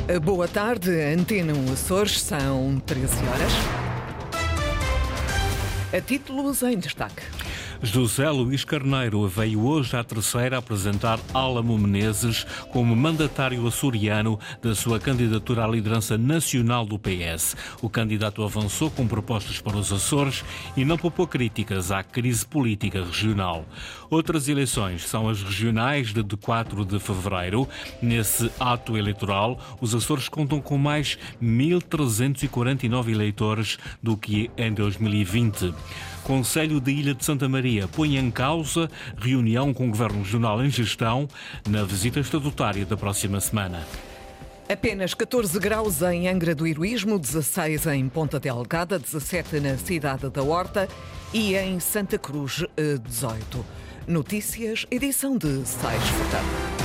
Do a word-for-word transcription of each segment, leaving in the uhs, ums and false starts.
Boa tarde, Antena um Açores, são treze horas. A títulos em destaque. José Luís Carneiro veio hoje à terceira apresentar Álamo Menezes como mandatário açoriano da sua candidatura à liderança nacional do P S. O candidato avançou com propostas para os Açores e não poupou críticas à crise política regional. Outras eleições são as regionais de quatro de fevereiro. Nesse ato eleitoral, os Açores contam com mais mil trezentos e quarenta e nove eleitores do que em dois mil e vinte. Conselho de Ilha de Santa Maria põe em causa reunião com o Governo Regional em gestão na visita estatutária da próxima semana. Apenas catorze graus em Angra do Heroísmo, dezasseis em Ponta Delgada, dezassete na cidade da Horta e em Santa Cruz, dezoito. Notícias, edição de Sais Furtado.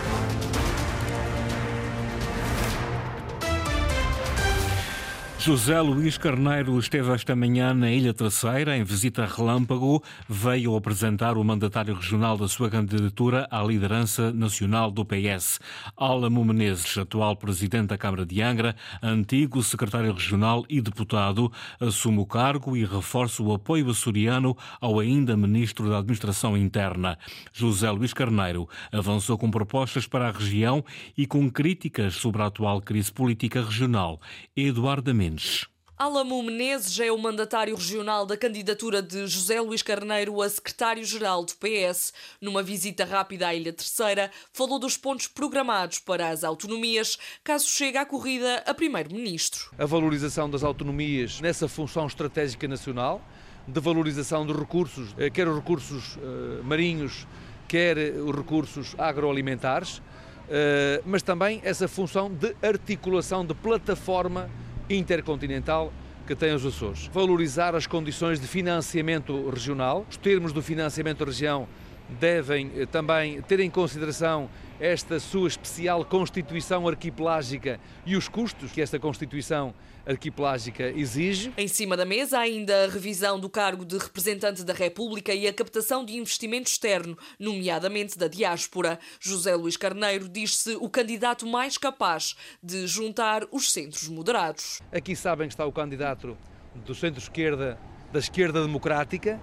José Luís Carneiro esteve esta manhã na Ilha Terceira, em visita relâmpago. Veio apresentar o mandatário regional da sua candidatura à liderança nacional do P S. Álamo Menezes, atual presidente da Câmara de Angra, antigo secretário regional e deputado, assume o cargo e reforça o apoio açoriano ao ainda ministro da Administração Interna. José Luís Carneiro avançou com propostas para a região e com críticas sobre a atual crise política regional. Eduardo Mendes. Álamo Menezes é o mandatário regional da candidatura de José Luís Carneiro a secretário-geral do P S. Numa visita rápida à Ilha Terceira, falou dos pontos programados para as autonomias, caso chegue à corrida a primeiro-ministro. A valorização das autonomias nessa função estratégica nacional, de valorização dos recursos, quer os recursos uh, marinhos, quer os recursos agroalimentares, uh, mas também essa função de articulação de plataforma intercontinental que tem os Açores. Valorizar as condições de financiamento regional. Os termos do financiamento da região devem também ter em consideração esta sua especial constituição arquipelágica e os custos que esta constituição arquipelágica exige. Em cima da mesa, ainda a revisão do cargo de representante da República e a captação de investimento externo, nomeadamente da diáspora. José Luís Carneiro diz-se o candidato mais capaz de juntar os centros moderados. Aqui sabem que está o candidato do centro-esquerda, da esquerda democrática,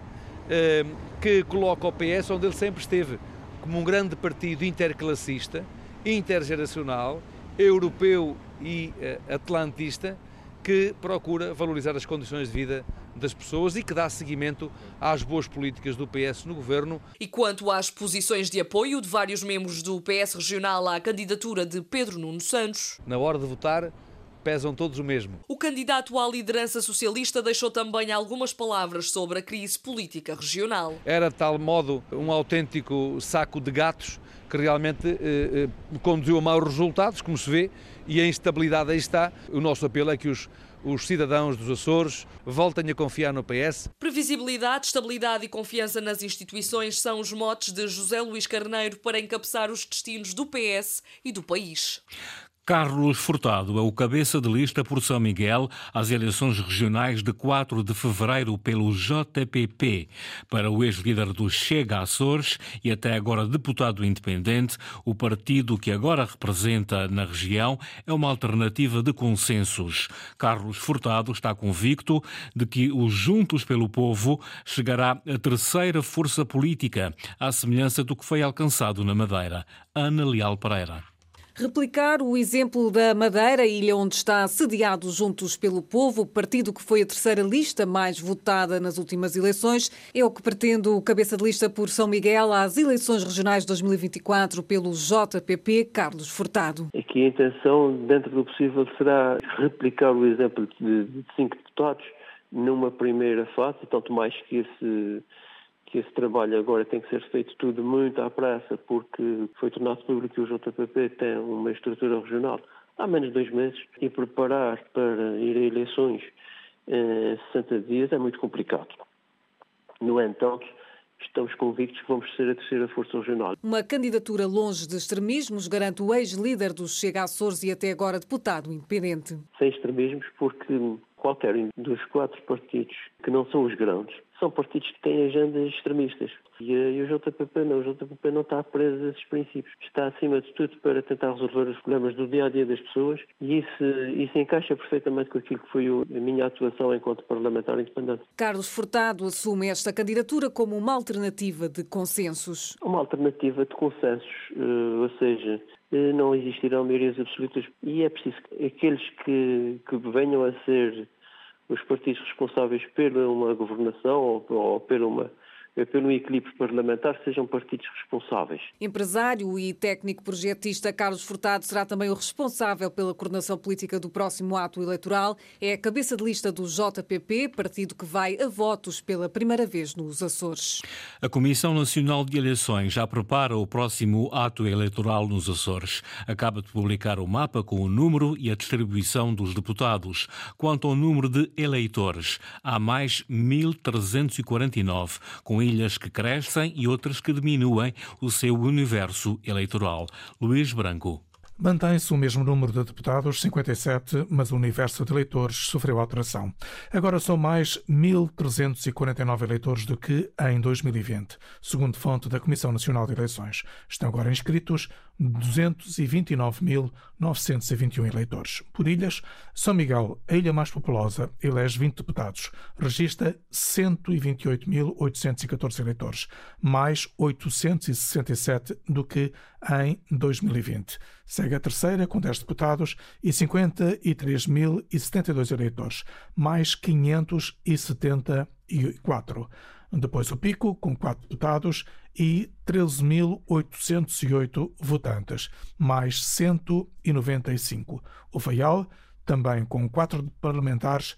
que coloca o P S onde ele sempre esteve, como um grande partido interclassista, intergeracional, europeu e atlantista, que procura valorizar as condições de vida das pessoas e que dá seguimento às boas políticas do P S no governo. E quanto às posições de apoio de vários membros do P S regional à candidatura de Pedro Nuno Santos, na hora de votar, pesam todos o mesmo. O candidato à liderança socialista deixou também algumas palavras sobre a crise política regional. Era de tal modo um autêntico saco de gatos que realmente eh, eh, conduziu a maus resultados, como se vê, e a instabilidade aí está. O nosso apelo é que os, os cidadãos dos Açores voltem a confiar no P S. Previsibilidade, estabilidade e confiança nas instituições são os motes de José Luís Carneiro para encabeçar os destinos do P S e do país. Carlos Furtado é o cabeça de lista por São Miguel às eleições regionais de quatro de fevereiro pelo J P P. Para o ex-líder do Chega Açores e até agora deputado independente, o partido que agora representa na região é uma alternativa de consensos. Carlos Furtado está convicto de que o Juntos pelo Povo chegará a terceira força política, à semelhança do que foi alcançado na Madeira. Ana Leal Pereira. Replicar o exemplo da Madeira, ilha onde está sediado Juntos pelo Povo, partido que foi a terceira lista mais votada nas últimas eleições, é o que pretende o cabeça de lista por São Miguel às eleições regionais de dois mil e vinte e quatro pelo J P P, Carlos Furtado. Aqui a intenção, dentro do possível, será replicar o exemplo de cinco deputados numa primeira fase, tanto mais que esse... que esse trabalho agora tem que ser feito tudo muito à pressa, porque foi tornado público que o J P P tem uma estrutura regional há menos de dois meses e preparar para ir a eleições em sessenta dias é muito complicado. No entanto, estamos convictos que vamos ser a terceira força regional. Uma candidatura longe de extremismos, garante o ex-líder do Chega Açores e até agora deputado independente. Sem extremismos, porque qualquer um dos quatro partidos que não são os grandes são partidos que têm agendas extremistas. E, e o J P P não, o J P P não está preso a esses princípios. Está, acima de tudo, para tentar resolver os problemas do dia-a-dia das pessoas, e isso, isso encaixa perfeitamente com aquilo que foi a minha atuação enquanto parlamentar independente. Carlos Furtado assume esta candidatura como uma alternativa de consensos. Uma alternativa de consensos, ou seja, não existirão maiorias absolutas, e é preciso que aqueles que, que venham a ser os partidos responsáveis pela uma governação ou, ou pela uma pelo equilíbrio parlamentar, sejam partidos responsáveis. Empresário e técnico projetista Carlos Furtado será também o responsável pela coordenação política do próximo ato eleitoral. É a cabeça de lista do J P P, partido que vai a votos pela primeira vez nos Açores. A Comissão Nacional de Eleições já prepara o próximo ato eleitoral nos Açores. Acaba de publicar o mapa com o número e a distribuição dos deputados. Quanto ao número de eleitores, há mais mil trezentos e quarenta e nove, com ilhas que crescem e outras que diminuem o seu universo eleitoral. Luís Branco. Mantém-se o mesmo número de deputados, cinquenta e sete, mas o universo de eleitores sofreu alteração. Agora são mais mil trezentos e quarenta e nove eleitores do que em dois mil e vinte, segundo fonte da Comissão Nacional de Eleições. Estão agora inscritos duzentos e vinte e nove mil novecentos e vinte e um eleitores. Por ilhas, São Miguel, a ilha mais populosa, elege vinte deputados, registra cento e vinte e oito mil oitocentos e catorze eleitores, mais oitocentos e sessenta e sete do que em dois mil e vinte. Segue a terceira, com dez deputados e cinquenta e três mil e setenta e dois eleitores, mais quinhentos e setenta e quatro. Depois o Pico, com quatro deputados e treze mil oitocentos e oito votantes, mais cento e noventa e cinco. O Faial, também com quatro parlamentares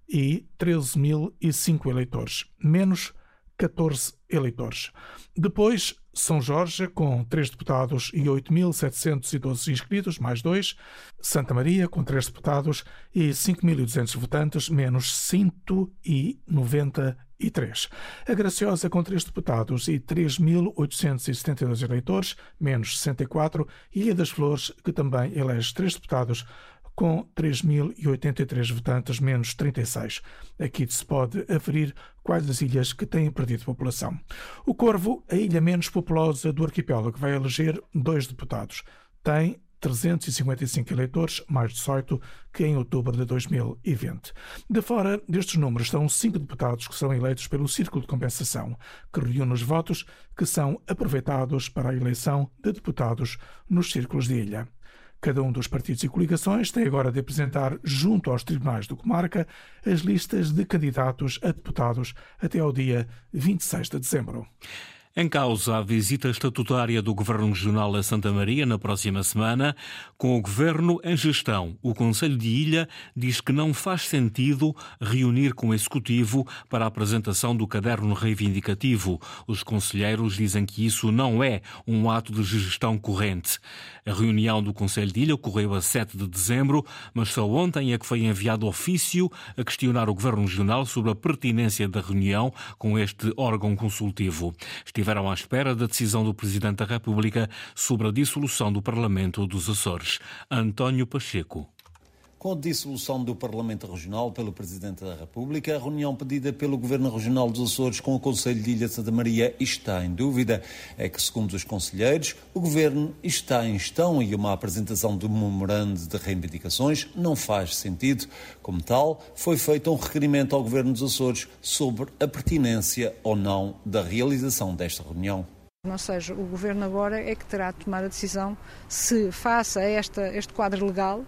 e treze mil e cinco eleitores, menos catorze eleitores. Depois, São Jorge, com três deputados e oito mil setecentos e doze inscritos, mais dois. Santa Maria, com três deputados e cinco mil e duzentos votantes, menos cento e noventa e três. A Graciosa, com três deputados e três mil oitocentos e setenta e dois eleitores, menos sessenta e quatro. E Ilha das Flores, que também elege três deputados, com três mil e oitenta e três votantes, menos trinta e seis. Aqui se pode aferir quais as ilhas que têm perdido população. O Corvo, a ilha menos populosa do arquipélago, vai eleger dois deputados. Tem trezentos e cinquenta e cinco eleitores, mais dezoito que em outubro de dois mil e vinte. De fora destes números estão cinco deputados que serão eleitos pelo Círculo de Compensação, que reúne os votos que são aproveitados para a eleição de deputados nos círculos de ilha. Cada um dos partidos e coligações tem agora de apresentar junto aos tribunais do Comarca as listas de candidatos a deputados até ao dia vinte e seis de dezembro. Em causa a visita estatutária do Governo Regional a Santa Maria na próxima semana, com o Governo em gestão, o Conselho de Ilha diz que não faz sentido reunir com o Executivo para a apresentação do caderno reivindicativo. Os conselheiros dizem que isso não é um ato de gestão corrente. A reunião do Conselho de Ilha ocorreu a sete de dezembro, mas só ontem é que foi enviado ofício a questionar o Governo Regional sobre a pertinência da reunião com este órgão consultivo. Estiveram à espera da decisão do Presidente da República sobre a dissolução do Parlamento dos Açores. António Pacheco. Com a dissolução do Parlamento Regional pelo Presidente da República, a reunião pedida pelo Governo Regional dos Açores com o Conselho de Ilha de Santa Maria está em dúvida. É que, segundo os conselheiros, o Governo está em gestão e uma apresentação de um memorando de reivindicações não faz sentido. Como tal, foi feito um requerimento ao Governo dos Açores sobre a pertinência ou não da realização desta reunião. Ou seja, o Governo agora é que terá de tomar a decisão se, face a esta, este quadro legal,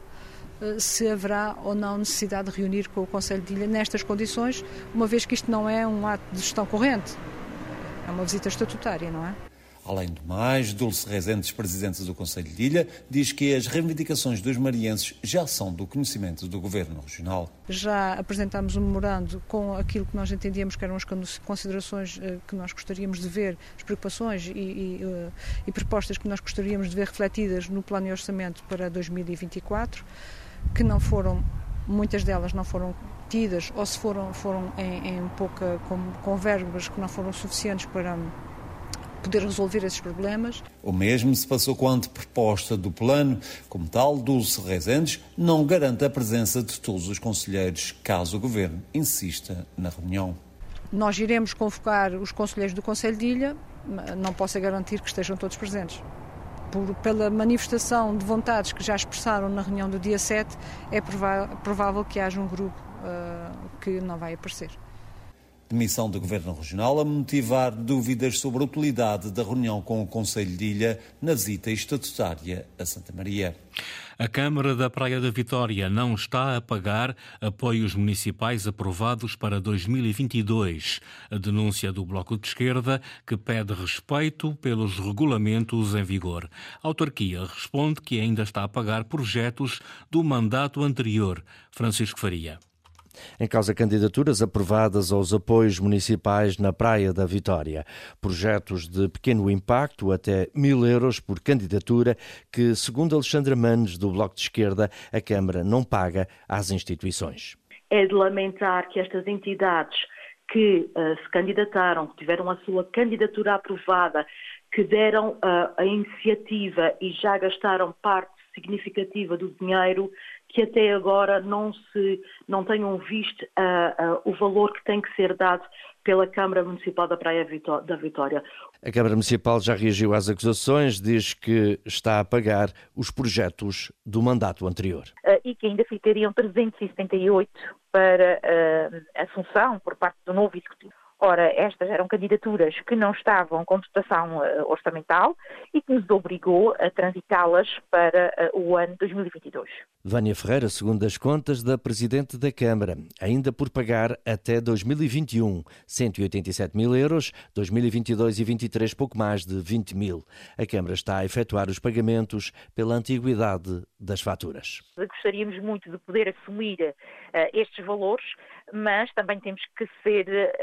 se haverá ou não necessidade de reunir com o Conselho de Ilha nestas condições, uma vez que isto não é um ato de gestão corrente, é uma visita estatutária, não é? Além do mais, Dulce Rezendes, presidente do Conselho de Ilha, diz que as reivindicações dos marienses já são do conhecimento do Governo Regional. Já apresentámos um memorando com aquilo que nós entendíamos que eram as considerações que nós gostaríamos de ver, as preocupações e, e, e propostas que nós gostaríamos de ver refletidas no plano de orçamento para dois mil e vinte e quatro, que não foram, muitas delas não foram tidas, ou se foram, foram em, em pouca, com, com verbas que não foram suficientes para poder resolver esses problemas. O mesmo se passou com a anteproposta do plano. Como tal, Dulce Rezendes não garante a presença de todos os conselheiros, caso o Governo insista na reunião. Nós iremos convocar os conselheiros do Conselho de Ilha, não posso garantir que estejam todos presentes. Por, pela manifestação de vontades que já expressaram na reunião do dia sete, é provável que haja um grupo uh, que não vai aparecer. Demissão do Governo Regional a motivar dúvidas sobre a utilidade da reunião com o Conselho de Ilha na visita estatutária a Santa Maria. A Câmara da Praia da Vitória não está a pagar apoios municipais aprovados para dois mil e vinte e dois. A denúncia do Bloco de Esquerda, que pede respeito pelos regulamentos em vigor. A autarquia responde que ainda está a pagar projetos do mandato anterior. Francisco Faria. Em causa candidaturas aprovadas aos apoios municipais na Praia da Vitória. Projetos de pequeno impacto, até mil euros por candidatura, que, segundo Alexandra Manes, do Bloco de Esquerda, a Câmara não paga às instituições. É de lamentar que estas entidades que uh, se candidataram, que tiveram a sua candidatura aprovada, que deram uh, a iniciativa e já gastaram parte significativa do dinheiro, que até agora não, se, não tenham visto uh, uh, o valor que tem que ser dado pela Câmara Municipal da Praia da Vitória. A Câmara Municipal já reagiu às acusações, diz que está a pagar os projetos do mandato anterior. Uh, e que ainda ficariam trezentos e setenta e oito para uh, a assunção por parte do novo Executivo. Ora, estas eram candidaturas que não estavam com dotação uh, orçamental e que nos obrigou a transitá-las para uh, o ano dois mil e vinte e dois. Vânia Ferreira, segundo as contas da Presidente da Câmara, ainda por pagar até dois mil e vinte e um, cento e oitenta e sete mil euros, dois mil e vinte e dois e vinte e três pouco mais de vinte mil. A Câmara está a efetuar os pagamentos pela antiguidade das faturas. Gostaríamos muito de poder assumir uh, estes valores, mas também temos que ser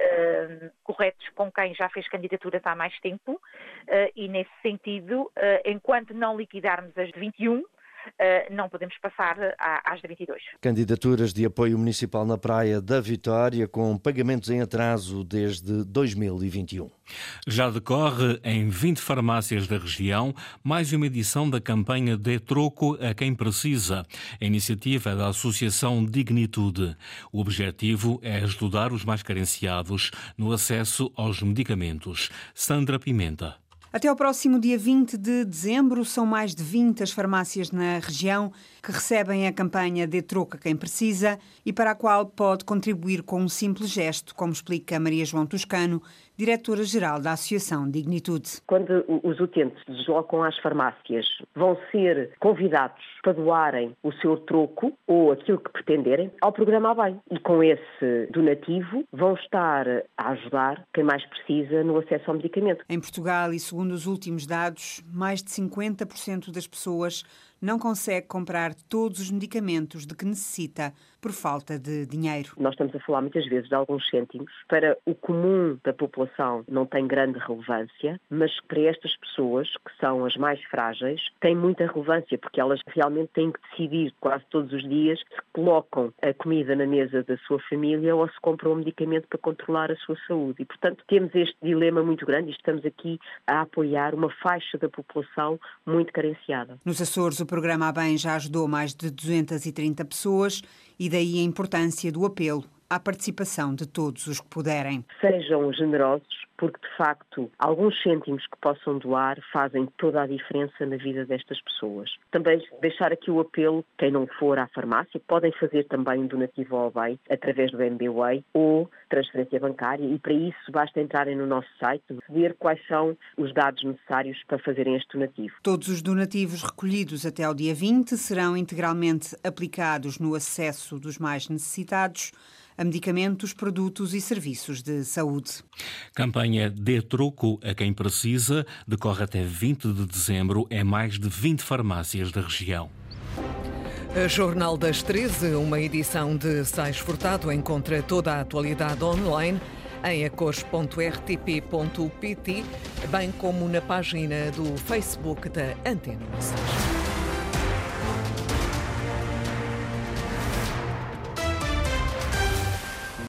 uh, corretos com quem já fez candidaturas há mais tempo uh, e, nesse sentido, uh, enquanto não liquidarmos as de vinte e um, Uh, não podemos passar às de vinte e dois. Candidaturas de apoio municipal na Praia da Vitória com pagamentos em atraso desde dois mil e vinte e um. Já decorre em vinte farmácias da região mais uma edição da campanha Dê Troco a Quem Precisa. A iniciativa é da Associação Dignitude. O objetivo é ajudar os mais carenciados no acesso aos medicamentos. Sandra Pimenta. Até ao próximo dia vinte de dezembro, são mais de vinte as farmácias na região que recebem a campanha Dê Troco a Quem Precisa e para a qual pode contribuir com um simples gesto, como explica Maria João Toscano, diretora-geral da Associação Dignitude. Quando os utentes se deslocam às farmácias, vão ser convidados para doarem o seu troco ou aquilo que pretenderem ao programa A Bem. E com esse donativo vão estar a ajudar quem mais precisa no acesso ao medicamento. Em Portugal, e segundo os últimos dados, mais de cinquenta por cento das pessoas não consegue comprar todos os medicamentos de que necessita por falta de dinheiro. Nós estamos a falar muitas vezes de alguns cêntimos. Para o comum da população não tem grande relevância, mas para estas pessoas, que são as mais frágeis, tem muita relevância, porque elas realmente têm que decidir quase todos os dias se colocam a comida na mesa da sua família ou se compram um medicamento para controlar a sua saúde. E, portanto, temos este dilema muito grande e estamos aqui a apoiar uma faixa da população muito carenciada. Nos Açores, o programa A Bem já ajudou mais de duzentas e trinta pessoas e daí a importância do apelo à participação de todos os que puderem. Sejam generosos, porque de facto alguns cêntimos que possam doar fazem toda a diferença na vida destas pessoas. Também deixar aqui o apelo, quem não for à farmácia, podem fazer também um donativo ao bem através do M B Way ou transferência bancária e para isso basta entrarem no nosso site, ver quais são os dados necessários para fazerem este donativo. Todos os donativos recolhidos até ao dia vinte serão integralmente aplicados no acesso dos mais necessitados a medicamentos, produtos e serviços de saúde. Campanha Dê Troco a Quem Precisa decorre até vinte de dezembro em mais de vinte farmácias da região. Jornal das treze, uma edição de Sais Furtado, encontra toda a atualidade online em acores ponto r t p ponto p t, bem como na página do Facebook da Antena Mensagem.